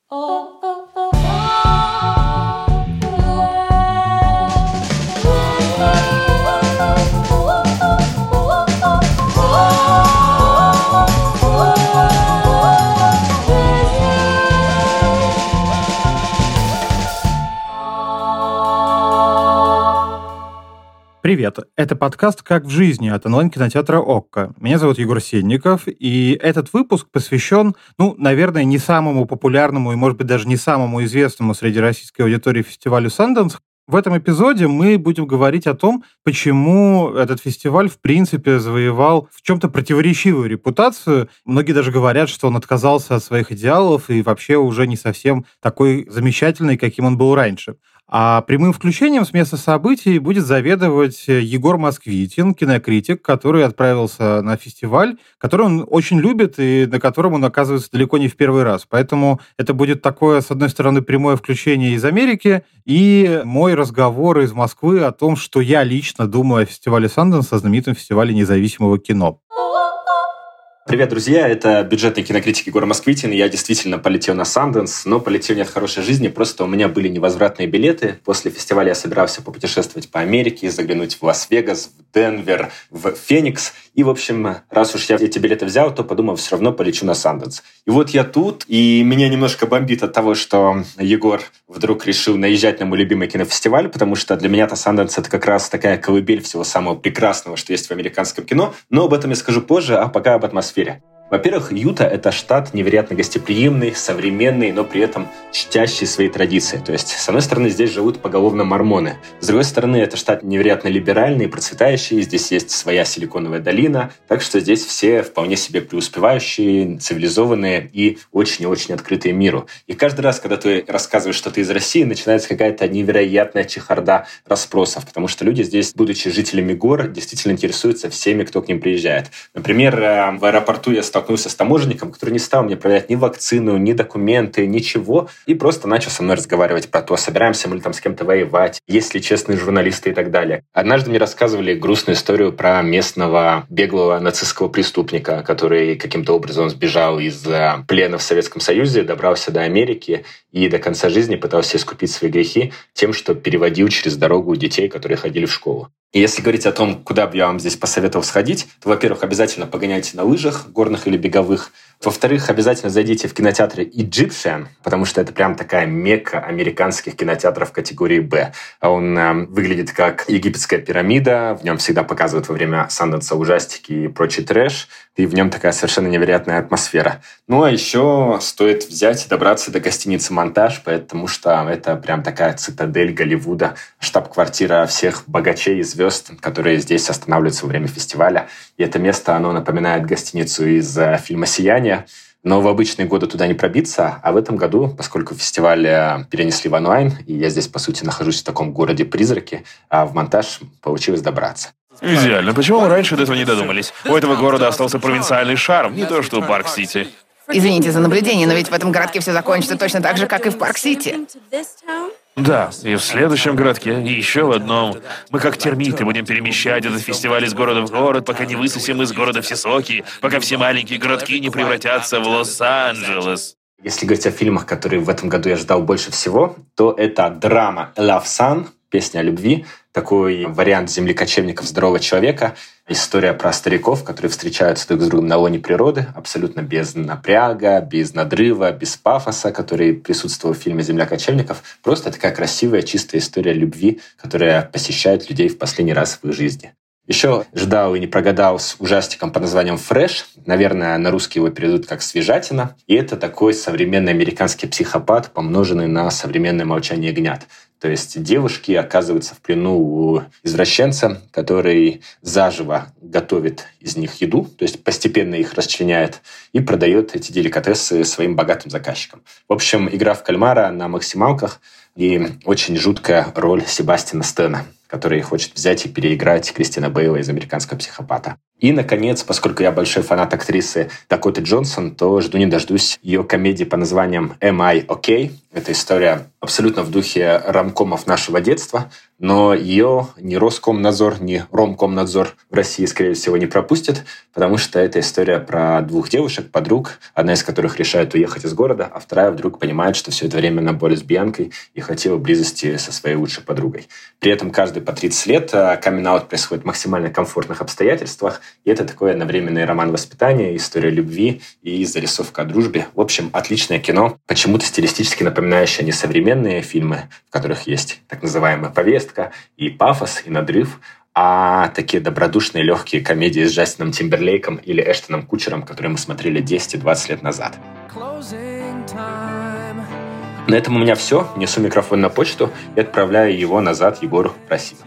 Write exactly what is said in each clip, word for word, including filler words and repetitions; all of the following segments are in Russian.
Привет, это подкаст «Как в жизни» от онлайн-кинотеатра «Окко». Меня зовут Егор Сенников, и этот выпуск посвящен, ну, наверное, не самому популярному и, может быть, даже не самому известному среди российской аудитории фестивалю Sundance. В этом эпизоде мы будем говорить о том, почему этот фестиваль, в принципе, завоевал в чем-то противоречивую репутацию. Многие даже говорят, что он отказался от своих идеалов и вообще уже не совсем такой замечательный, каким он был раньше. А прямым включением с места событий будет заведовать Егор Москвитин, кинокритик, который отправился на фестиваль, который он очень любит и на котором он оказывается далеко не в первый раз. Поэтому это будет такое, с одной стороны, прямое включение из Америки и мой разговор из Москвы о том, что я лично думаю о фестивале Sundance, о знаменитом фестивале независимого кино. Привет, друзья! Это бюджетный кинокритик Егор Москвитин. Я действительно полетел на Sundance, но полетел не от хорошей жизни, просто у меня были невозвратные билеты. После фестиваля я собирался попутешествовать по Америке, заглянуть в Лас-Вегас, в Денвер, в Феникс. И, в общем, раз уж я эти билеты взял, то подумал, все равно полечу на Sundance. И вот я тут, и меня немножко бомбит от того, что Егор вдруг решил наезжать на мой любимый кинофестиваль, потому что для меня-то Sundance — это как раз такая колыбель всего самого прекрасного, что есть в американском кино. Но об этом я скажу позже, а пока об атмосфере. Во-первых, Юта — это штат невероятно гостеприимный, современный, но при этом чтящий свои традиции. То есть, с одной стороны, здесь живут поголовно мормоны. С другой стороны, это штат невероятно либеральный, процветающий. Здесь есть своя силиконовая долина. Так что здесь все вполне себе преуспевающие, цивилизованные и очень и очень открытые миру. И каждый раз, когда ты рассказываешь, что ты из России, начинается какая-то невероятная чехарда расспросов, потому что люди здесь, будучи жителями гор, действительно интересуются всеми, кто к ним приезжает. Например, в аэропорту я столкнулся с таможенником, который не стал мне проверять ни вакцину, ни документы, ничего, и просто начал со мной разговаривать про то, собираемся мы ли там с кем-то воевать, есть ли честные журналисты и так далее. Однажды мне рассказывали грустную историю про местного беглого нацистского преступника, который каким-то образом сбежал из плена в Советском Союзе, добрался до Америки и до конца жизни пытался искупить свои грехи тем, что переводил через дорогу детей, которые ходили в школу. И если говорить о том, куда бы я вам здесь посоветовал сходить, то, во-первых, обязательно погоняйте на лыжах, горных или беговых. Во-вторых, обязательно зайдите в кинотеатр Egyptian, потому что это прям такая мекка американских кинотеатров категории «Б». Он э, выглядит как египетская пирамида, в нем всегда показывают во время Sundance ужастики и прочий трэш, и в нем такая совершенно невероятная атмосфера. Ну, а еще стоит взять и добраться до гостиницы «Монтаж», потому что это прям такая цитадель Голливуда, штаб-квартира всех богачей и звезд, которые здесь останавливаются во время фестиваля. И это место, оно напоминает гостиницу из э, фильма «Сияние», но в обычные годы туда не пробиться, а в этом году, поскольку фестиваль перенесли в онлайн, и я здесь, по сути, нахожусь в таком городе-призраке, а в Монтаж получилось добраться. Идеально. Почему мы раньше до этого не додумались? У этого города остался провинциальный шарм, не то что Парк-Сити. Извините за наблюдение, но ведь в этом городке все закончится точно так же, как и в Парк-Сити. Да, и в следующем городке, и еще в одном. Мы как термиты будем перемещать этот фестиваль из города в город, пока не высосем из города все соки, пока все маленькие городки не превратятся в Лос-Анджелес. Если говорить о фильмах, которые в этом году я ждал больше всего, то это драма «Love Sun», песня о любви, такой вариант «Земли кочевников здорового человека», история про стариков, которые встречаются друг с другом на лоне природы, абсолютно без напряга, без надрыва, без пафоса, который присутствовал в фильме «Земля кочевников». Просто такая красивая, чистая история любви, которая посещает людей в последний раз в их жизни. Еще ждал и не прогадал с ужастиком под названием «Фрэш». Наверное, на русский его переведут как «Свежатина». И это такой современный американский психопат, помноженный на современное «Молчание ягнят». То есть девушки оказываются в плену у извращенца, который заживо готовит из них еду, то есть постепенно их расчленяет и продает эти деликатесы своим богатым заказчикам. В общем, игра в кальмара на максималках и очень жуткая роль Себастьяна Стэна. который хочет взять и переиграть Кристина Бейла из «Американского психопата». И, наконец, поскольку я большой фанат актрисы Дакоты Джонсон, то жду не дождусь ее комедии по названием «Am I OK?». Это история абсолютно в духе ромкомов нашего детства, но ее ни Роскомнадзор, ни Ромкомнадзор в России, скорее всего, не пропустят, потому что это история про двух девушек, подруг, одна из которых решает уехать из города, а вторая вдруг понимает, что все это время она борется с Бьянкой и хотела близости со своей лучшей подругой. При этом каждый по тридцать лет, камин-аут происходит в максимально комфортных обстоятельствах, и это такой одновременный роман воспитания, история любви и зарисовка о дружбе. В общем, отличное кино, почему-то стилистически напоминающее несовременные фильмы, в которых есть так называемая повестка, и пафос, и надрыв, а такие добродушные легкие комедии с Джастином Тимберлейком или Эштоном Кутчером, которые мы смотрели десять-двадцать лет назад. На этом у меня все. Несу микрофон на почту и отправляю его назад Егору Просимову.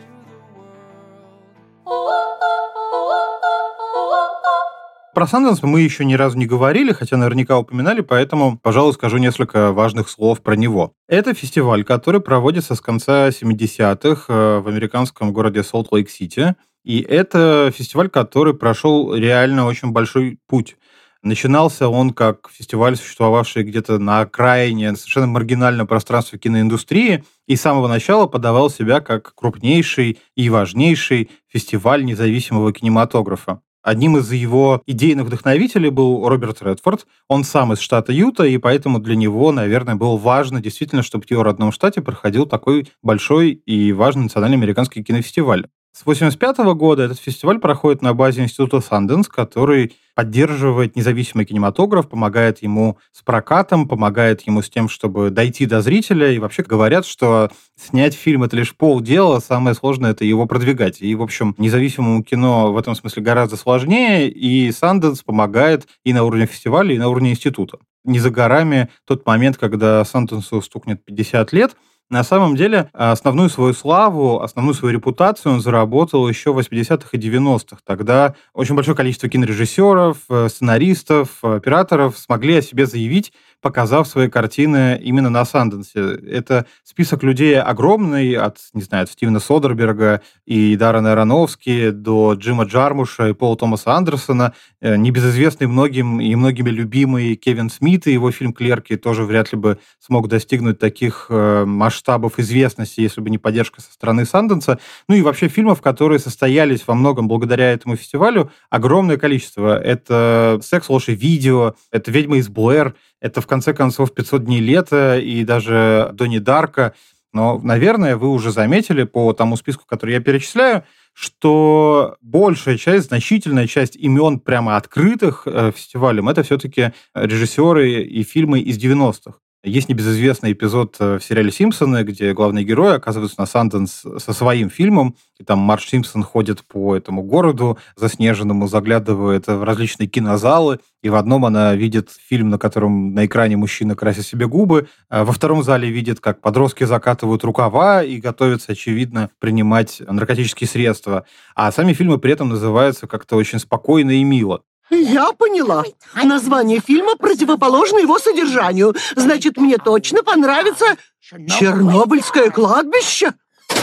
Про Санденс мы еще ни разу не говорили, хотя наверняка упоминали, поэтому, пожалуй, скажу несколько важных слов про него. Это фестиваль, который проводится с конца семидесятых в американском городе Солт-Лейк-Сити. И это фестиваль, который прошел реально очень большой путь. Начинался он как фестиваль, существовавший где-то на окраине, совершенно маргинальном пространстве киноиндустрии, и с самого начала подавал себя как крупнейший и важнейший фестиваль независимого кинематографа. Одним из его идейных вдохновителей был Роберт Редфорд. Он сам из штата Юта, и поэтому для него, наверное, было важно действительно, чтобы в его родном штате проходил такой большой и важный национальный американский кинофестиваль. С восемьдесят пятого года этот фестиваль проходит на базе института Sundance, который поддерживает независимый кинематограф, помогает ему с прокатом, помогает ему с тем, чтобы дойти до зрителя. И вообще говорят, что снять фильм — это лишь полдела, самое сложное — это его продвигать. И, в общем, независимому кино в этом смысле гораздо сложнее, и Sundance помогает и на уровне фестиваля, и на уровне института. Не за горами тот момент, когда Sundance стукнет пятьдесят лет. На самом деле, основную свою славу, основную свою репутацию он заработал еще в восьмидесятых и девяностых. Тогда очень большое количество кинорежиссеров, сценаристов, операторов смогли о себе заявить, показав свои картины именно на Санденсе. Это список людей огромный, от, не знаю, от Стивена Содерберга и Даррена Аронофски до Джима Джармуша и Пола Томаса Андерсона, небезызвестный многим и многими любимый Кевин Смит и его фильм «Клерки» тоже вряд ли бы смог достигнуть таких масштабов известности, если бы не поддержка со стороны Санденса. Ну и вообще фильмов, которые состоялись во многом благодаря этому фестивалю, огромное количество. Это «Секс, ложь и видео», это «Ведьма из Блэр», это, в конце концов, пятьсот дней лета и даже Донни Дарка. Но, наверное, вы уже заметили по тому списку, который я перечисляю, что большая часть, значительная часть имен прямо открытых фестивалем — это все-таки режиссеры и фильмы из девяностых. Есть небезызвестный эпизод в сериале «Симпсоны», где главный герой оказывается на Санденс со своим фильмом, и там Марш Симпсон ходит по этому городу заснеженному, заглядывает в различные кинозалы, и в одном она видит фильм, на котором на экране мужчина красит себе губы, а во втором зале видит, как подростки закатывают рукава и готовятся, очевидно, принимать наркотические средства. А сами фильмы при этом называются как-то очень спокойно и мило. Я поняла. Название фильма противоположно его содержанию. Значит, мне точно понравится «Чернобыльское кладбище».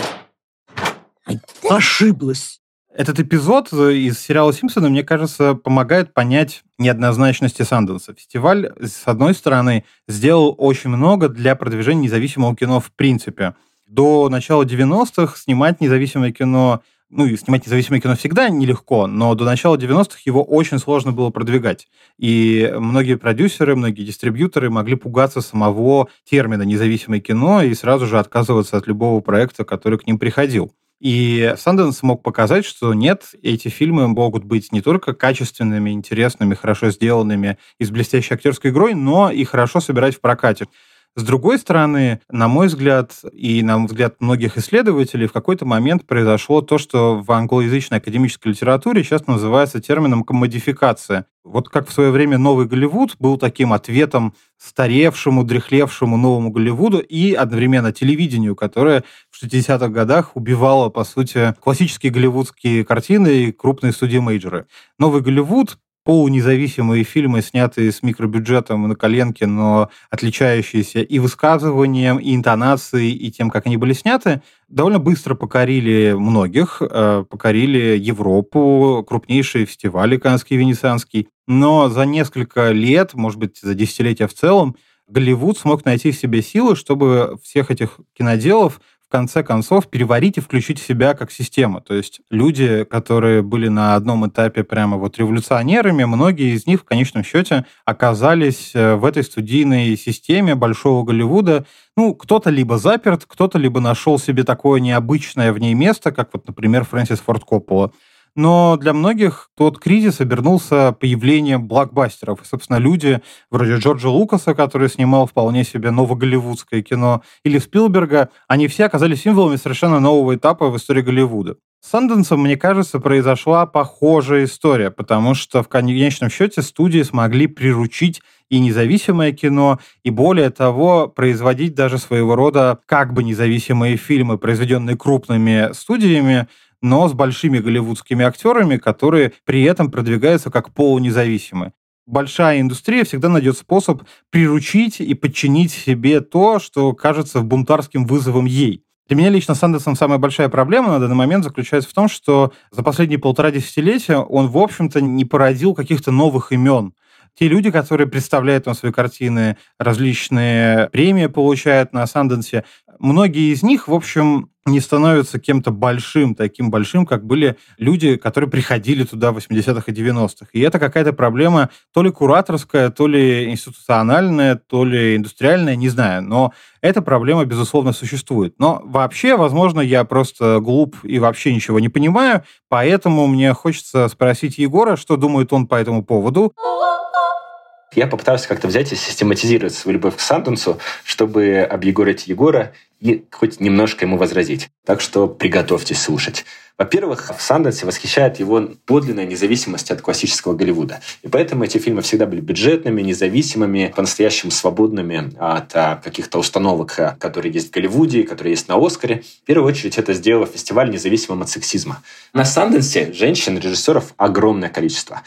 Ошиблась. Этот эпизод из сериала «Симпсоны», мне кажется, помогает понять неоднозначности Санденса. Фестиваль, с одной стороны, сделал очень много для продвижения независимого кино в принципе. До начала девяностых снимать независимое кино... Ну, и снимать независимое кино всегда нелегко, но до начала девяностых его очень сложно было продвигать. И многие продюсеры, многие дистрибьюторы могли пугаться самого термина «независимое кино» и сразу же отказываться от любого проекта, который к ним приходил. И Sundance смог показать, что нет, эти фильмы могут быть не только качественными, интересными, хорошо сделанными и с блестящей актерской игрой, но и хорошо собирать в прокате. С другой стороны, на мой взгляд, и на взгляд многих исследователей, в какой-то момент произошло то, что в англоязычной академической литературе сейчас называется термином «коммодификация». Вот как в свое время Новый Голливуд был таким ответом старевшему, дряхлевшему новому Голливуду и одновременно телевидению, которое в шестидесятых годах убивало, по сути, классические голливудские картины и крупные студии-мейджоры. Новый Голливуд полунезависимые фильмы, снятые с микробюджетом на коленке, но отличающиеся и высказыванием, и интонацией, и тем, как они были сняты, довольно быстро покорили многих, покорили Европу, крупнейшие фестивали, Каннский и Венецианский. Но за несколько лет, может быть, за десятилетия в целом, Голливуд смог найти в себе силы, чтобы всех этих киноделов в конце концов переварить и включить в себя как систему. То есть люди, которые были на одном этапе прямо вот революционерами, многие из них в конечном счете оказались в этой студийной системе большого Голливуда. Ну, кто-то либо заперт, кто-то либо нашел себе такое необычное в ней место, как вот, например, Фрэнсис Форд Коппола. Но для многих тот кризис обернулся появлением блокбастеров. И, собственно, люди вроде Джорджа Лукаса, который снимал вполне себе новоголливудское кино, или Спилберга, они все оказались символами совершенно нового этапа в истории Голливуда. С Санденсом, мне кажется, произошла похожая история, потому что в конечном счете студии смогли приручить и независимое кино, и более того, производить даже своего рода как бы независимые фильмы, произведенные крупными студиями, но с большими голливудскими актерами, которые при этом продвигаются как полунезависимые. Большая индустрия всегда найдет способ приручить и подчинить себе то, что кажется бунтарским вызовом ей. Для меня лично с Санденсом самая большая проблема на данный момент заключается в том, что за последние полтора десятилетия он, в общем-то, не породил каких-то новых имен. Те люди, которые представляют там свои картины, различные премии получают на Санденсе, многие из них, в общем, не становятся кем-то большим, таким большим, как были люди, которые приходили туда в восьмидесятых и девяностых. И это какая-то проблема то ли кураторская, то ли институциональная, то ли индустриальная, не знаю. Но эта проблема, безусловно, существует. Но вообще, возможно, я просто глуп и вообще ничего не понимаю, поэтому мне хочется спросить Егора, что думает он по этому поводу. Я попытался как-то взять и систематизировать свою любовь к Санденсу, чтобы объегорить Егора и хоть немножко ему возразить. Так что приготовьтесь слушать. Во-первых, в Санденсе восхищает его подлинная независимость от классического Голливуда. И поэтому эти фильмы всегда были бюджетными, независимыми, по-настоящему свободными от а, каких-то установок, которые есть в Голливуде, которые есть на Оскаре. В первую очередь это сделало фестиваль независимым от сексизма. На Санденсе женщин-режиссеров огромное количество.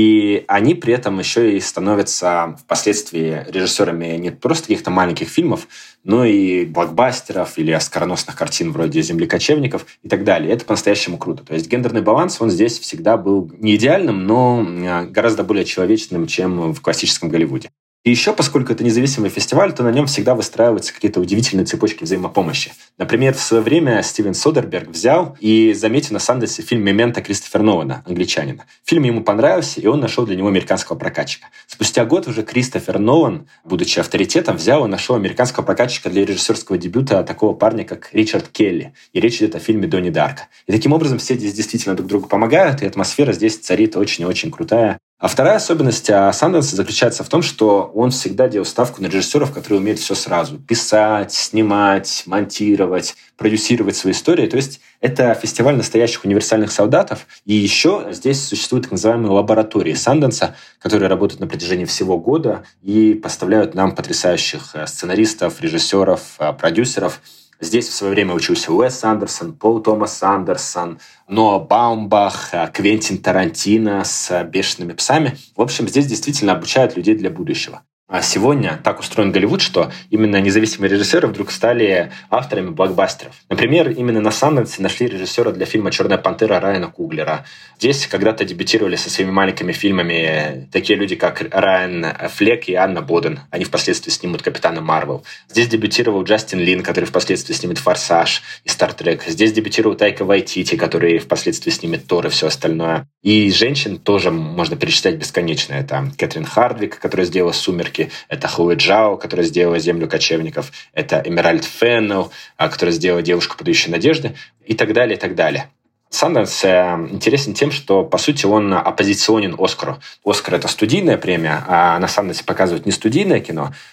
И они при этом еще и становятся впоследствии режиссерами не просто каких-то маленьких фильмов, но и блокбастеров или оскароносных картин вроде «Земли кочевников» и так далее. Это по-настоящему круто. То есть гендерный баланс, он здесь всегда был не идеальным, но гораздо более человечным, чем в классическом Голливуде. И еще, поскольку это независимый фестиваль, то на нем всегда выстраиваются какие-то удивительные цепочки взаимопомощи. Например, в свое время Стивен Содерберг взял и заметил на Санденсе фильм «Мементо» Кристофера Нолана, англичанина. Фильм ему понравился, и он нашел для него американского прокатчика. Спустя год уже Кристофер Нолан, будучи авторитетом, взял и нашел американского прокатчика для режиссерского дебюта такого парня, как Ричард Келли. И речь идет о фильме «Донни Дарка». И таким образом все здесь действительно друг другу помогают, и атмосфера здесь царит очень-очень крутая. А вторая особенность Санденса заключается в том, что он всегда делал ставку на режиссеров, которые умеют все сразу. Писать, снимать, монтировать, продюсировать свои истории. То есть это фестиваль настоящих универсальных солдатов. И еще здесь существуют так называемые лаборатории Санденса, которые работают на протяжении всего года и поставляют нам потрясающих сценаристов, режиссеров, продюсеров. Здесь в свое время учился Уэс Андерсон, Пол Томас Андерсон, Ноа Баумбах, Квентин Тарантино с «Бешеными псами». В общем, здесь действительно обучают людей для будущего. А сегодня так устроен Голливуд, что именно независимые режиссеры вдруг стали авторами блокбастеров. Например, именно на Санденсе нашли режиссера для фильма «Черная пантера» Райана Куглера. Здесь когда-то дебютировали со своими маленькими фильмами такие люди, как Райан Флек и Анна Боден. Они впоследствии снимут «Капитана Марвел». Здесь дебютировал Джастин Лин, который впоследствии снимет «Форсаж» и «Стартрек». Здесь дебютировал Тайка Вайтити, который впоследствии снимет «Тор» и все остальное. И женщин тоже можно перечислять бесконечно. Это Кэтрин Хардвик, которая сделала «Сумерки», это Хлоя Джао, которая сделала «Землю кочевников», это Эмеральд Феннелл, которая сделала «Девушку, подающую надежды», и так далее, и так далее. Санденс интересен тем, что, по сути, он оппозиционен Оскару. Оскар — это студийная премия, а на Санденсе показывают не студийное кино,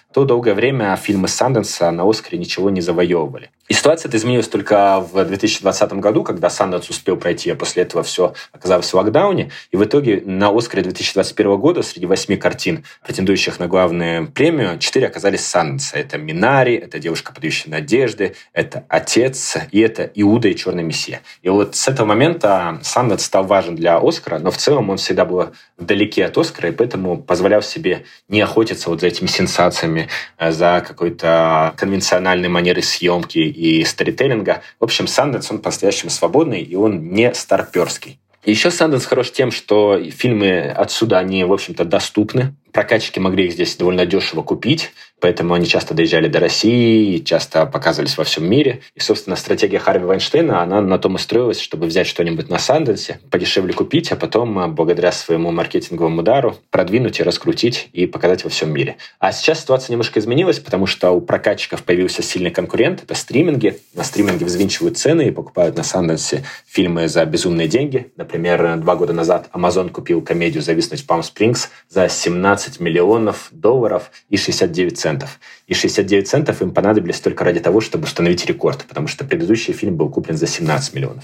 то долгое время фильмы Санденса на Оскаре ничего не завоевывали. И ситуация эта изменилась только в две тысячи двадцатом году, когда Санденс успел пройти, а после этого все оказалось в локдауне. И в итоге на Оскаре две тысячи двадцать первого года среди восьми картин, претендующих на главную премию, четыре оказались Санденса. Это «Минари», это «Девушка, подающая надежды», это «Отец» и это «Иуда и черный мессия». И вот с этого момента Санденс стал важен для Оскара, но в целом он всегда был вдалеке от Оскара, и поэтому позволял себе не охотиться вот за этими сенсациями, за какой-то конвенциональной манерой съемки и сторителлинга. В общем, Санденс, он по-настоящему свободный, и он не старперский. Еще Санденс хорош тем, что фильмы отсюда, они, в общем-то, доступны. Прокатчики могли их здесь довольно дешево купить, поэтому они часто доезжали до России, часто показывались во всем мире. И, собственно, стратегия Харви Вайнштейна, она на том и строилась, чтобы взять что-нибудь на Санденсе, подешевле купить, а потом, благодаря своему маркетинговому удару, продвинуть и раскрутить и показать во всем мире. А сейчас ситуация немножко изменилась, потому что у прокатчиков появился сильный конкурент, это стриминги. На стриминге взвинчивают цены и покупают на Санденсе фильмы за безумные деньги. Например, два года назад Amazon купил комедию «Зависнуть в Палм-Спрингс» за семнадцать миллионов долларов и шестьдесят девять центов. И шестьдесят девять центов им понадобились только ради того, чтобы установить рекорд, потому что предыдущий фильм был куплен за семнадцать миллионов.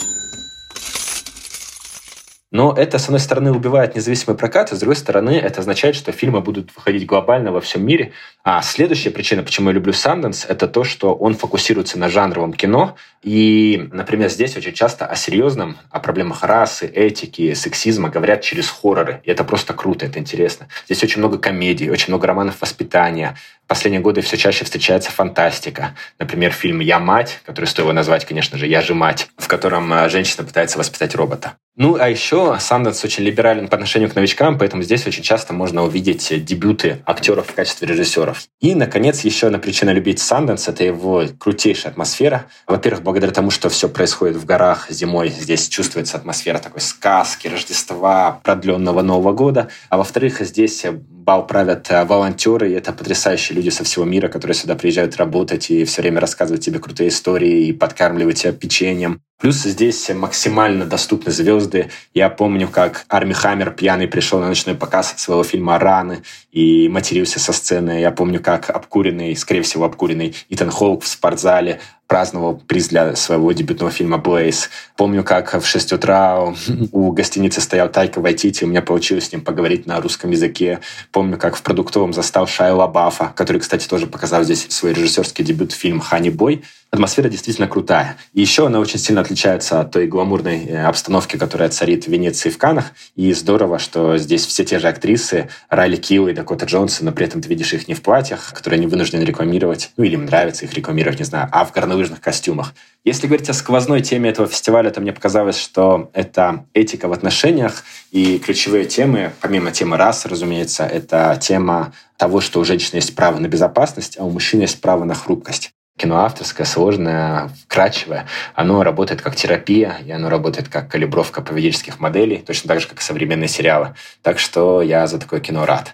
Но это, с одной стороны, убивает независимый прокат, а с другой стороны, это означает, что фильмы будут выходить глобально во всем мире. А следующая причина, почему я люблю Санденс, это то, что он фокусируется на жанровом кино. И, например, здесь очень часто о серьезном, о проблемах расы, этики, сексизма говорят через хорроры. И это просто круто, это интересно. Здесь очень много комедий, очень много романов воспитания. В последние годы все чаще встречается фантастика. Например, фильм «Я мать», который стоило назвать, конечно же, «Я же мать», в котором женщина пытается воспитать робота. Ну, а еще Санденс очень либерален по отношению к новичкам, поэтому здесь очень часто можно увидеть дебюты актеров в качестве режиссеров. И, наконец, еще одна причина любить Санденс – это его крутейшая атмосфера. Во-первых, благодаря тому, что все происходит в горах зимой, здесь чувствуется атмосфера такой сказки, Рождества, продленного Нового года. А во-вторых, здесь бал правят волонтеры, и это потрясающие люди со всего мира, которые сюда приезжают работать и все время рассказывают тебе крутые истории и подкармливают тебя печеньем. Плюс здесь максимально доступны звезды. Я помню, как Арми Хаммер пьяный пришел на ночной показ своего фильма «Раны» и матерился со сцены. Я помню, как обкуренный, скорее всего, обкуренный Итан Хоук в спортзале праздновал приз для своего дебютного фильма «Блейз». Помню, как в шесть утра у гостиницы стоял Тайка Вайтити, и у меня получилось с ним поговорить на русском языке. Помню, как в продуктовом застал Шайя Лабафа, который, кстати, тоже показал здесь свой режиссерский дебют, фильм «Ханни Бой». Атмосфера действительно крутая. И еще она очень сильно отличается от той гламурной обстановки, которая царит в Венеции и в Каннах. И здорово, что здесь все те же актрисы, Райли Килл и Дакота Джонсон, но при этом ты видишь их не в платьях, которые они вынуждены рекламировать, ну или им нравится их рекламировать, не знаю, а в горнолыжных костюмах. Если говорить о сквозной теме этого фестиваля, то мне показалось, что это этика в отношениях, и ключевые темы, помимо темы расы, разумеется, это тема того, что у женщины есть право на безопасность, а у мужчины есть право на хрупкость. Кино авторское, сложное, вкрадчивое. Оно работает как терапия, и оно работает как калибровка поведенческих моделей, точно так же, как и современные сериалы. Так что я за такое кино рад.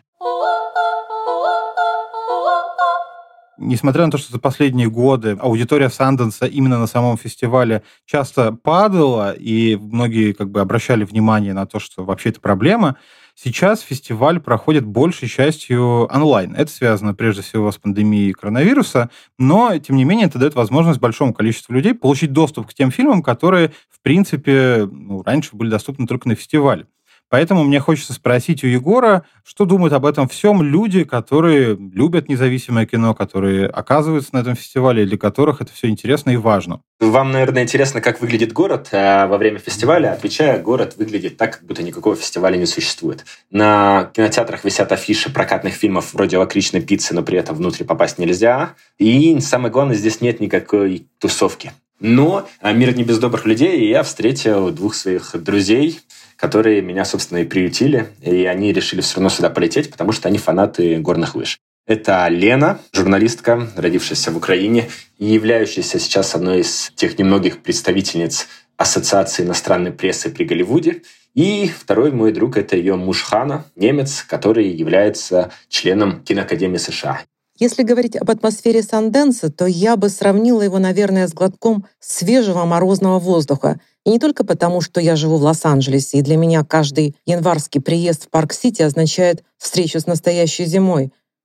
Несмотря на то, что за последние годы аудитория Санденса именно на самом фестивале часто падала, и многие как бы обращали внимание на то, что вообще это проблема, сейчас фестиваль проходит большей частью онлайн. Это связано прежде всего с пандемией коронавируса, но, тем не менее, это дает возможность большому количеству людей получить доступ к тем фильмам, которые, в принципе, ну, раньше были доступны только на фестивале. Поэтому мне хочется спросить у Егора, что думают об этом всем люди, которые любят независимое кино, которые оказываются на этом фестивале, для которых это все интересно и важно. Вам, наверное, интересно, как выглядит город а во время фестиваля. Отвечаю, город выглядит так, как будто никакого фестиваля не существует. На кинотеатрах висят афиши прокатных фильмов вроде «Лакричной пиццы», но при этом внутрь попасть нельзя. И самое главное, здесь нет никакой тусовки. Но мир не без добрых людей, и я встретил двух своих друзей, которые меня, собственно, и приютили, и они решили все равно сюда полететь, потому что они фанаты горных лыж. Это Лена, журналистка, родившаяся в Украине и являющаяся сейчас одной из тех немногих представительниц Ассоциации иностранной прессы при Голливуде. И второй мой друг – это ее муж Хана, немец, который является членом Киноакадемии США. Если говорить об атмосфере Санденса, то я бы сравнила его, наверное, с глотком свежего морозного воздуха. И не только потому, что я живу в Лос-Анджелесе, и для меня каждый январский приезд в Парк-Сити означает встречу с настоящей зимой.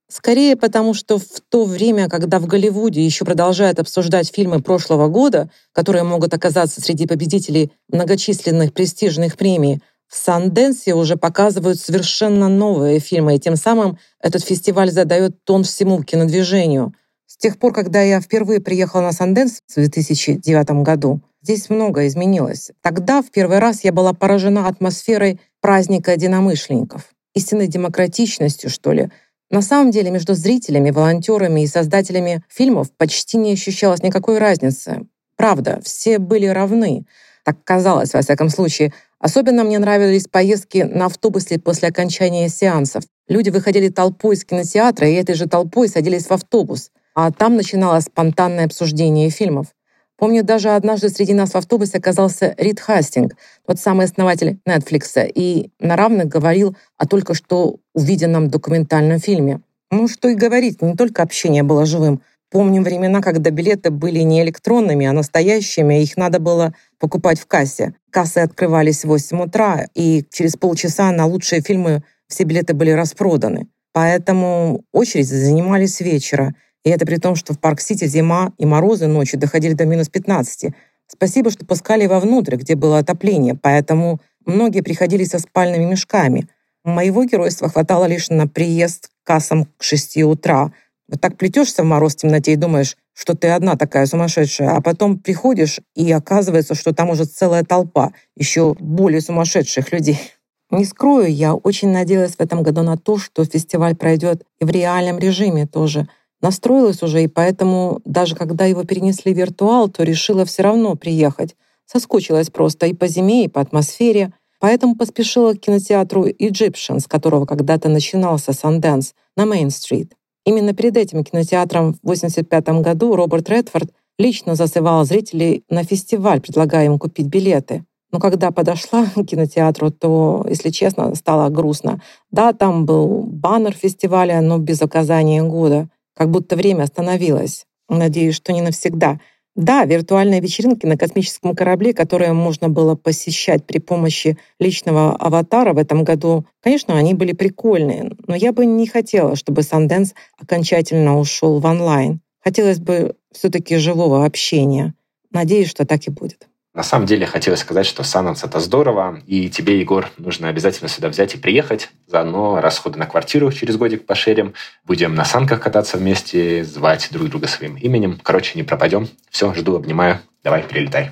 Скорее потому, что в то время, когда в Голливуде еще продолжают обсуждать фильмы прошлого года, которые могут оказаться среди победителей многочисленных престижных премий, в Санденсе уже показывают совершенно новые фильмы, и тем самым этот фестиваль задает тон всему кинодвижению. С тех пор, когда я впервые приехала на Санденс в две тысячи девятом году, здесь многое изменилось. Тогда в первый раз я была поражена атмосферой праздника единомышленников, истинной демократичностью, что ли. На самом деле между зрителями, волонтерами и создателями фильмов почти не ощущалось никакой разницы. Правда, все были равны. Так казалось, во всяком случае. Особенно мне нравились поездки на автобусе после окончания сеансов. Люди выходили толпой из кинотеатра и этой же толпой садились в автобус. А там начиналось спонтанное обсуждение фильмов. Помню, даже однажды среди нас в автобусе оказался Рид Хастинг, тот самый основатель Netflix, и на равных говорил о только что увиденном документальном фильме. Ну, что и говорить, не только общение было живым. Помним времена, когда билеты были не электронными, а настоящими, их надо было покупать в кассе. Кассы открывались в восемь утра, и через полчаса на лучшие фильмы все билеты были распроданы. Поэтому очередь занимали с вечера. И это при том, что в Парк-Сити зима и морозы ночью доходили до минус пятнадцати. Спасибо, что пускали вовнутрь, где было отопление, поэтому многие приходили со спальными мешками. Моего геройства хватало лишь на приезд к кассам к шести утра. Вот так плетешься в мороз в темноте и думаешь, что ты одна такая сумасшедшая, а потом приходишь, и оказывается, что там уже целая толпа еще более сумасшедших людей. Не скрою, я очень надеялась в этом году на то, что фестиваль пройдет и в реальном режиме тоже. Настроилась уже, и поэтому даже когда его перенесли в виртуал, то решила все равно приехать. Соскучилась просто и по зиме, и по атмосфере. Поэтому поспешила к кинотеатру Egyptian, с которого когда-то начинался Sundance, на Мейн-стрит. Именно перед этим кинотеатром в восемьдесят пятом году Роберт Редфорд лично зазывал зрителей на фестиваль, предлагая им купить билеты. Но когда подошла к кинотеатру, то, если честно, стало грустно. Да, там был баннер фестиваля, но без указания года. Как будто время остановилось. Надеюсь, что не навсегда. Да, виртуальные вечеринки на космическом корабле, которые можно было посещать при помощи личного аватара в этом году, конечно, они были прикольные, но я бы не хотела, чтобы Sundance окончательно ушел в онлайн. Хотелось бы все-таки живого общения. Надеюсь, что так и будет. На самом деле, хотелось сказать, что Sundance — это здорово, и тебе, Егор, нужно обязательно сюда взять и приехать. Заодно расходы на квартиру через годик пошерим. Будем на санках кататься вместе, звать друг друга своим именем. Короче, не пропадем. Все, жду, обнимаю. Давай, прилетай.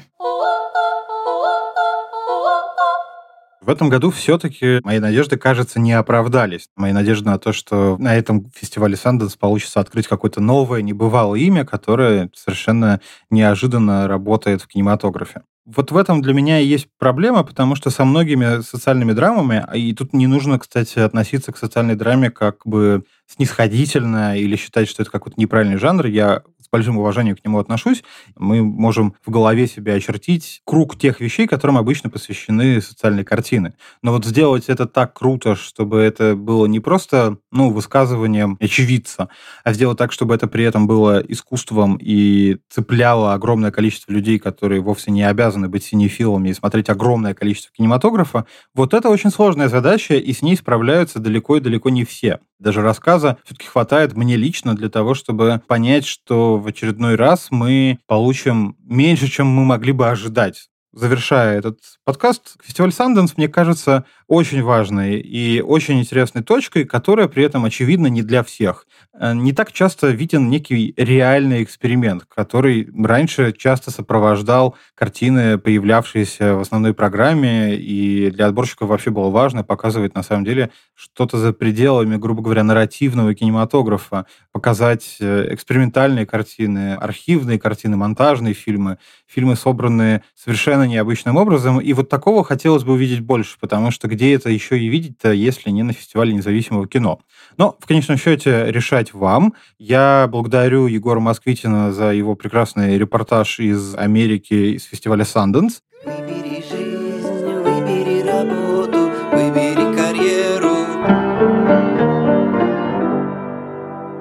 В этом году все-таки мои надежды, кажется, не оправдались. Мои надежды на то, что на этом фестивале Sundance получится открыть какое-то новое, небывалое имя, которое совершенно неожиданно работает в кинематографе. Вот в этом для меня и есть проблема, потому что со многими социальными драмами, и тут не нужно, кстати, относиться к социальной драме как бы снисходительно или считать, что это какой-то неправильный жанр. Я с большим уважением к нему отношусь. Мы можем в голове себе очертить круг тех вещей, которым обычно посвящены социальные картины. Но вот сделать это так круто, чтобы это было не просто, ну, высказыванием очевидца, а сделать так, чтобы это при этом было искусством и цепляло огромное количество людей, которые вовсе не обязаны быть синефилами и смотреть огромное количество кинематографа, вот это очень сложная задача, и с ней справляются далеко и далеко не все. Даже рассказа все-таки хватает мне лично для того, чтобы понять, что в очередной раз мы получим меньше, чем мы могли бы ожидать. Завершая этот подкаст, фестиваль Sundance, мне кажется, очень важной и очень интересной точкой, которая при этом, очевидно, не для всех. Не так часто виден некий реальный эксперимент, который раньше часто сопровождал картины, появлявшиеся в основной программе, и для отборщиков вообще было важно показывать, на самом деле, что-то за пределами, грубо говоря, нарративного кинематографа, показать экспериментальные картины, архивные картины, монтажные фильмы, фильмы, собранные совершенно необычным образом, и вот такого хотелось бы увидеть больше, потому что где это еще и видеть-то, если не на фестивале независимого кино. Но, в конечном счете, решать вам. Я благодарю Егора Москвитина за его прекрасный репортаж из Америки, из фестиваля Sundance. Выбери жизнь, выбери работу, выбери карьеру.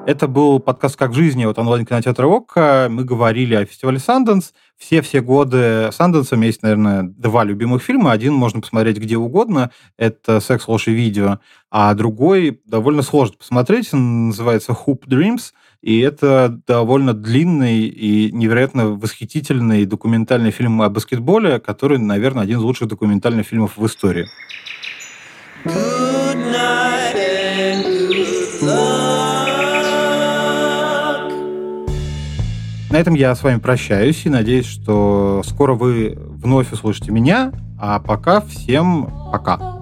Это был подкаст «Как в жизни» от онлайн-кинотеатра ОККО. Мы говорили о фестивале Sundance. Все-все годы Sundance у меня есть, наверное, два любимых фильма. Один можно посмотреть где угодно. Это «Секс, ложь и видео». А другой довольно сложно посмотреть. Он называется «Hoop Dreams». И это довольно длинный и невероятно восхитительный документальный фильм о баскетболе, который, наверное, один из лучших документальных фильмов в истории. Good night and good luck. На этом я с вами прощаюсь и надеюсь, что скоро вы вновь услышите меня. А пока всем пока.